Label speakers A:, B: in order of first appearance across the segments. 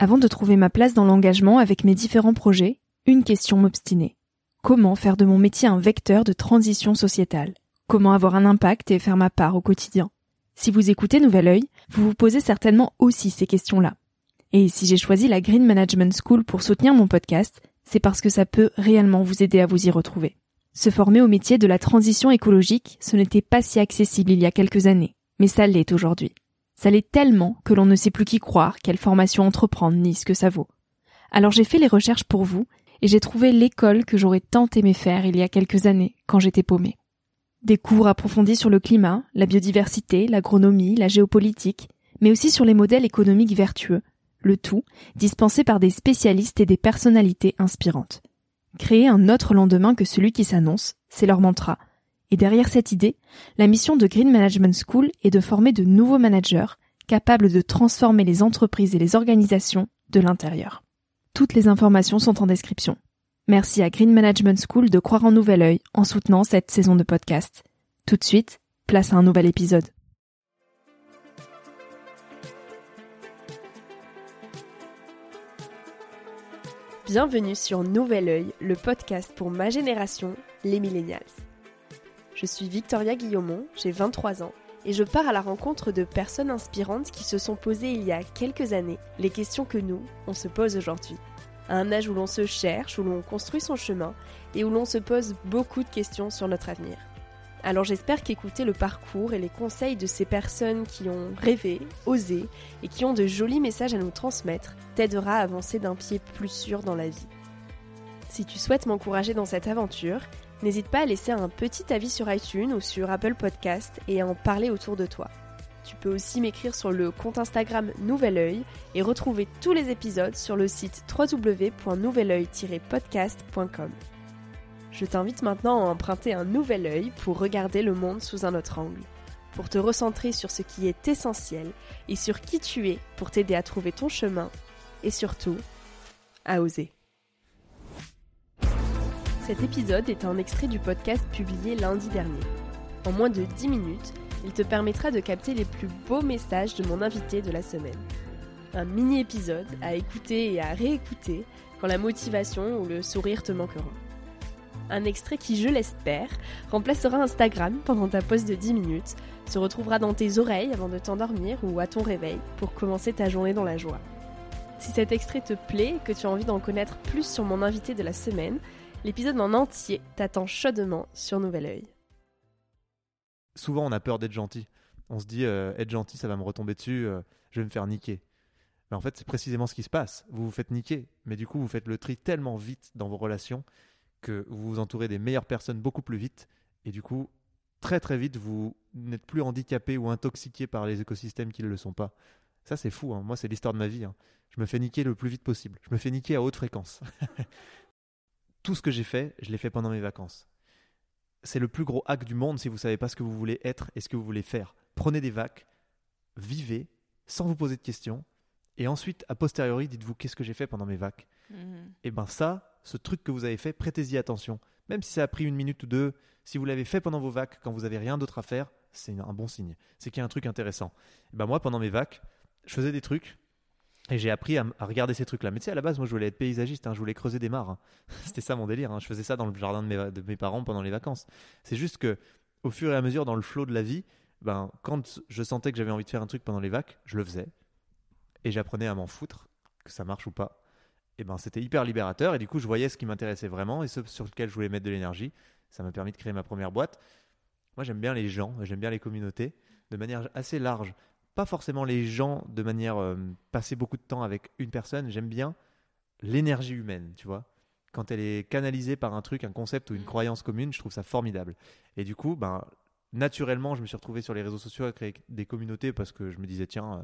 A: Avant de trouver ma place dans l'engagement avec mes différents projets, une question m'obstinait. Comment faire de mon métier un vecteur de transition sociétale ? Comment avoir un impact et faire ma part au quotidien ? Si vous écoutez Nouvel Œil, vous vous posez certainement aussi ces questions-là. Et si j'ai choisi la Green Management School pour soutenir mon podcast, c'est parce que ça peut réellement vous aider à vous y retrouver. Se former au métier de la transition écologique, ce n'était pas si accessible il y a quelques années, mais ça l'est aujourd'hui. Ça l'est tellement que l'on ne sait plus qui croire, quelle formation entreprendre, ni ce que ça vaut. Alors j'ai fait les recherches pour vous, et j'ai trouvé l'école que j'aurais tant aimé faire il y a quelques années, quand j'étais paumée. Des cours approfondis sur le climat, la biodiversité, l'agronomie, la géopolitique, mais aussi sur les modèles économiques vertueux, le tout dispensé par des spécialistes et des personnalités inspirantes. Créer un autre lendemain que celui qui s'annonce, c'est leur mantra. Et derrière cette idée, la mission de Green Management School est de former de nouveaux managers capables de transformer les entreprises et les organisations de l'intérieur. Toutes les informations sont en description. Merci à Green Management School de croire en Nouvel Œil en soutenant cette saison de podcast. Tout de suite, place à un nouvel épisode. Bienvenue sur Nouvel Œil, le podcast pour ma génération, les millennials. Je suis Victoria Guillaumont, j'ai 23 ans et je pars à la rencontre de personnes inspirantes qui se sont posées il y a quelques années les questions que nous, on se pose aujourd'hui. À un âge où l'on se cherche, où l'on construit son chemin et où l'on se pose beaucoup de questions sur notre avenir. Alors j'espère qu'écouter le parcours et les conseils de ces personnes qui ont rêvé, osé et qui ont de jolis messages à nous transmettre t'aidera à avancer d'un pied plus sûr dans la vie. Si tu souhaites m'encourager dans cette aventure, n'hésite pas à laisser un petit avis sur iTunes ou sur Apple Podcast et à en parler autour de toi. Tu peux aussi m'écrire sur le compte Instagram Nouvel Œil et retrouver tous les épisodes sur le site www.nouveloeil-podcast.com. Je t'invite maintenant à emprunter un nouvel œil pour regarder le monde sous un autre angle, pour te recentrer sur ce qui est essentiel et sur qui tu es pour t'aider à trouver ton chemin et surtout, à oser. Cet épisode est un extrait du podcast publié lundi dernier. En moins de 10 minutes, il te permettra de capter les plus beaux messages de mon invité de la semaine. Un mini-épisode à écouter et à réécouter quand la motivation ou le sourire te manqueront. Un extrait qui, je l'espère, remplacera Instagram pendant ta pause de 10 minutes, se retrouvera dans tes oreilles avant de t'endormir ou à ton réveil pour commencer ta journée dans la joie. Si cet extrait te plaît et que tu as envie d'en connaître plus sur mon invité de la semaine, l'épisode en entier t'attend chaudement sur Nouvel Œil.
B: Souvent, on a peur d'être gentil. On se dit, être gentil, ça va me retomber dessus, je vais me faire niquer. Mais en fait, c'est précisément ce qui se passe. Vous vous faites niquer, mais du coup, vous faites le tri tellement vite dans vos relations que vous vous entourez des meilleures personnes beaucoup plus vite. Et du coup, très très vite, vous n'êtes plus handicapé ou intoxiqué par les écosystèmes qui ne le sont pas. Ça, c'est fou. Moi, c'est l'histoire de ma vie. Je me fais niquer le plus vite possible. Je me fais niquer à haute fréquence. Tout ce que j'ai fait, je l'ai fait pendant mes vacances. C'est le plus gros hack du monde si vous ne savez pas ce que vous voulez être et ce que vous voulez faire. Prenez des vacs, vivez sans vous poser de questions et ensuite, a posteriori, dites-vous qu'est-ce que j'ai fait pendant mes vacs. Et ben ça, ce truc que vous avez fait, prêtez-y attention. Même si ça a pris 1 minute ou 2, si vous l'avez fait pendant vos vacs quand vous n'avez rien d'autre à faire, c'est un bon signe. C'est qu'il y a un truc intéressant. Et ben moi, pendant mes vacs, je faisais des trucs et j'ai appris à regarder ces trucs-là. Mais tu sais, à la base, moi, je voulais être paysagiste, je voulais creuser des mares. C'était ça mon délire. Je faisais ça dans le jardin de mes parents pendant les vacances. C'est juste que, au fur et à mesure, dans le flow de la vie, quand je sentais que j'avais envie de faire un truc pendant les vacs, je le faisais. Et j'apprenais à m'en foutre, que ça marche ou pas. Et c'était hyper libérateur. Et du coup, je voyais ce qui m'intéressait vraiment et ce sur lequel je voulais mettre de l'énergie. Ça m'a permis de créer ma première boîte. Moi, j'aime bien les gens, j'aime bien les communautés, de manière assez large. Pas forcément les gens de manière passer beaucoup de temps avec une personne. J'aime bien l'énergie humaine, tu vois. Quand elle est canalisée par un truc, un concept ou une croyance commune, je trouve ça formidable. Et du coup, naturellement, je me suis retrouvé sur les réseaux sociaux à créer des communautés parce que je me disais, tiens,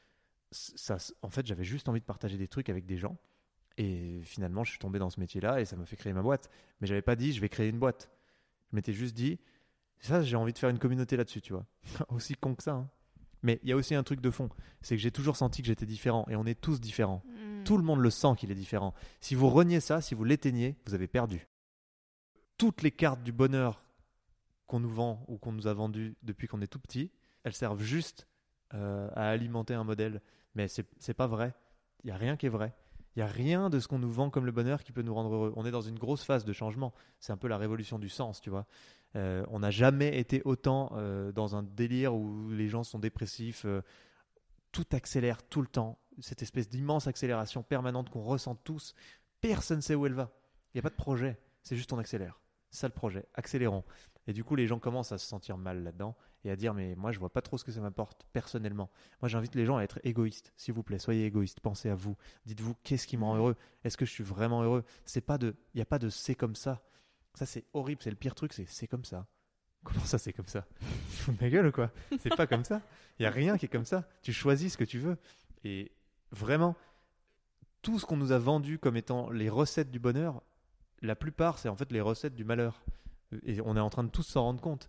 B: en fait, j'avais juste envie de partager des trucs avec des gens. Et finalement, je suis tombé dans ce métier-là et ça m'a fait créer ma boîte. Mais je n'avais pas dit, je vais créer une boîte. Je m'étais juste dit, ça, j'ai envie de faire une communauté là-dessus, tu vois. Aussi con que ça. Mais il y a aussi un truc de fond. C'est que j'ai toujours senti que j'étais différent. Et on est tous différents. Tout le monde le sent qu'il est différent. Si vous reniez ça, si vous l'éteignez, vous avez perdu. Toutes les cartes du bonheur qu'on nous vend ou qu'on nous a vendues depuis qu'on est tout petit, elles servent juste à alimenter un modèle. Mais c'est pas vrai. Il n'y a rien qui est vrai. Il n'y a rien de ce qu'on nous vend comme le bonheur qui peut nous rendre heureux. On est dans une grosse phase de changement. C'est un peu la révolution du sens, tu vois. On n'a jamais été autant dans un délire où les gens sont dépressifs. Tout accélère tout le temps. Cette espèce d'immense accélération permanente qu'on ressent tous. Personne ne sait où elle va. Il n'y a pas de projet. C'est juste on accélère. C'est ça le projet. Accélérons. Et du coup, les gens commencent à se sentir mal là-dedans et à dire mais moi je vois pas trop ce que ça m'apporte personnellement. Moi j'invite les gens à être égoïstes, s'il vous plaît, soyez égoïstes, pensez à vous. Dites-vous qu'est-ce qui me rend heureux? Est-ce que je suis vraiment heureux? Il n'y a pas de c'est comme ça. Ça c'est horrible, c'est le pire truc, c'est comme ça. Comment ça c'est comme ça? Tu te fous de ma gueule ou quoi? C'est pas comme ça. Il y a rien qui est comme ça. Tu choisis ce que tu veux. Et vraiment, tout ce qu'on nous a vendu comme étant les recettes du bonheur, la plupart c'est en fait les recettes du malheur. Et on est en train de tous s'en rendre compte.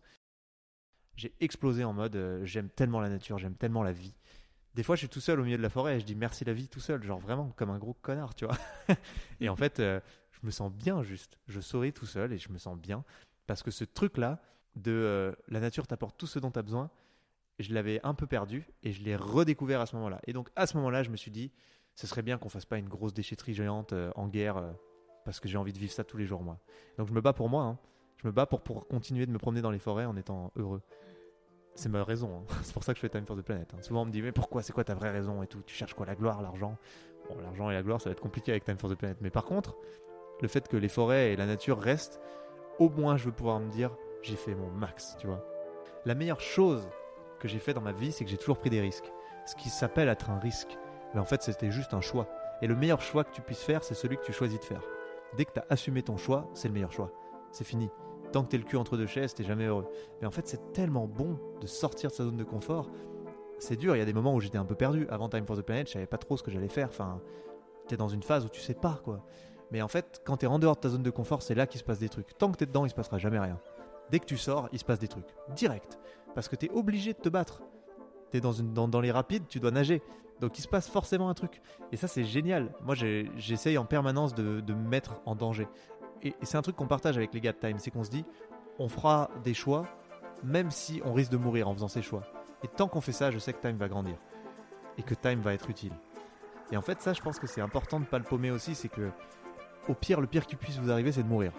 B: J'ai explosé en mode j'aime tellement la nature, j'aime tellement la vie. Des fois, je suis tout seul au milieu de la forêt et je dis merci la vie tout seul, genre vraiment comme un gros connard, tu vois. Et en fait, je me sens bien juste. Je souris tout seul et je me sens bien parce que ce truc-là de la nature t'apporte tout ce dont tu as besoin, je l'avais un peu perdu et je l'ai redécouvert à ce moment-là. Et donc à ce moment-là, je me suis dit ce serait bien qu'on fasse pas une grosse déchetterie géante en guerre parce que j'ai envie de vivre ça tous les jours, moi. Donc je me bats pour moi, hein. Je me bats pour continuer de me promener dans les forêts en étant heureux. C'est ma raison, hein. C'est pour ça que je fais Time for the Planet, hein. Souvent on me dit mais pourquoi, c'est quoi ta vraie raison et tout? Tu cherches quoi, la gloire, l'argent? Bon, l'argent et la gloire ça va être compliqué avec Time for the Planet. Mais par contre, le fait que les forêts et la nature restent, au moins je veux pouvoir me dire j'ai fait mon max, tu vois. La meilleure chose que j'ai fait dans ma vie, c'est que j'ai toujours pris des risques. Ce qui s'appelle être un risque. Mais en fait c'était juste un choix. Et le meilleur choix que tu puisses faire, c'est celui que tu choisis de faire. Dès que tu as assumé ton choix, c'est le meilleur choix. C'est fini. Tant que t'es le cul entre deux chaises, t'es jamais heureux. Mais en fait, c'est tellement bon de sortir de sa zone de confort. C'est dur, il y a des moments où j'étais un peu perdu. Avant Time for the Planet, je savais pas trop ce que j'allais faire. Enfin, t'es dans une phase où tu sais pas, quoi. Mais en fait, quand t'es en dehors de ta zone de confort, c'est là qu'il se passe des trucs. Tant que t'es dedans, il se passera jamais rien. Dès que tu sors, il se passe des trucs. Direct. Parce que t'es obligé de te battre. T'es dans les rapides, tu dois nager. Donc il se passe forcément un truc. Et ça, c'est génial. Moi, j'essaye en permanence de me mettre en danger. Et c'est un truc qu'on partage avec les gars de Time, c'est qu'on se dit, on fera des choix, même si on risque de mourir en faisant ces choix. Et tant qu'on fait ça, je sais que Time va grandir. Et que Time va être utile. Et en fait, ça, je pense que c'est important de ne pas le paumer aussi, c'est que, au pire, le pire qui puisse vous arriver, c'est de mourir.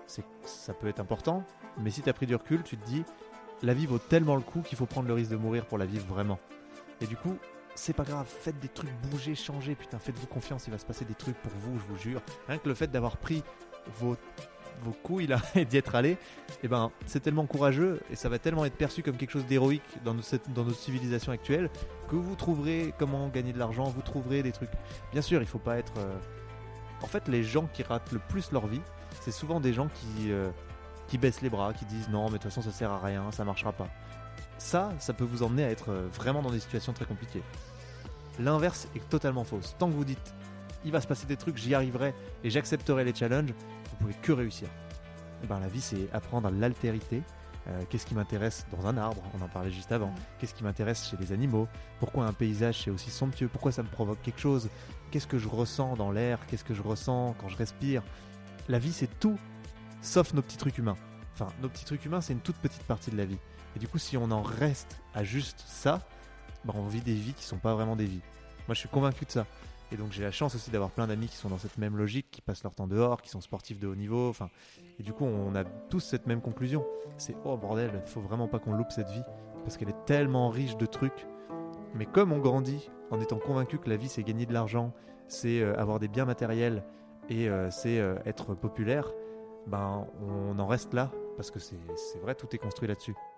B: Ça peut être important, mais si tu as pris du recul, tu te dis, la vie vaut tellement le coup qu'il faut prendre le risque de mourir pour la vivre vraiment. Et du coup, c'est pas grave, faites des trucs, bougez, changez, putain, faites-vous confiance, il va se passer des trucs pour vous, je vous jure. Rien que le fait d'avoir pris vos couilles là et d'y être allé, et ben c'est tellement courageux et ça va tellement être perçu comme quelque chose d'héroïque dans notre civilisation actuelle que vous trouverez comment gagner de l'argent, vous trouverez des trucs. Bien sûr, il faut pas être. En fait, les gens qui ratent le plus leur vie, c'est souvent des gens qui baissent les bras, qui disent non, mais de toute façon ça sert à rien, ça marchera pas. Ça peut vous emmener à être vraiment dans des situations très compliquées. L'inverse est totalement fausse. Tant que vous dites il va se passer des trucs, j'y arriverai et j'accepterai les challenges, vous pouvez que réussir. Ben, la vie, c'est apprendre à l'altérité. Qu'est-ce qui m'intéresse dans un arbre? On en parlait juste avant. Qu'est-ce qui m'intéresse chez les animaux? Pourquoi un paysage c'est aussi somptueux? Pourquoi ça me provoque quelque chose? Qu'est-ce que je ressens dans l'air? Qu'est-ce que je ressens quand je respire? La vie, c'est tout, sauf nos petits trucs humains. Enfin, nos petits trucs humains, c'est une toute petite partie de la vie. Et du coup, si on en reste à juste ça, ben, on vit des vies qui sont pas vraiment des vies. Moi, je suis convaincu de ça. Et donc j'ai la chance aussi d'avoir plein d'amis qui sont dans cette même logique, qui passent leur temps dehors, qui sont sportifs de haut niveau. Enfin, et du coup, on a tous cette même conclusion. C'est oh bordel, il faut vraiment pas qu'on loupe cette vie parce qu'elle est tellement riche de trucs. Mais comme on grandit en étant convaincu que la vie c'est gagner de l'argent, c'est avoir des biens matériels et c'est être populaire, ben on en reste là parce que c'est vrai, tout est construit là-dessus.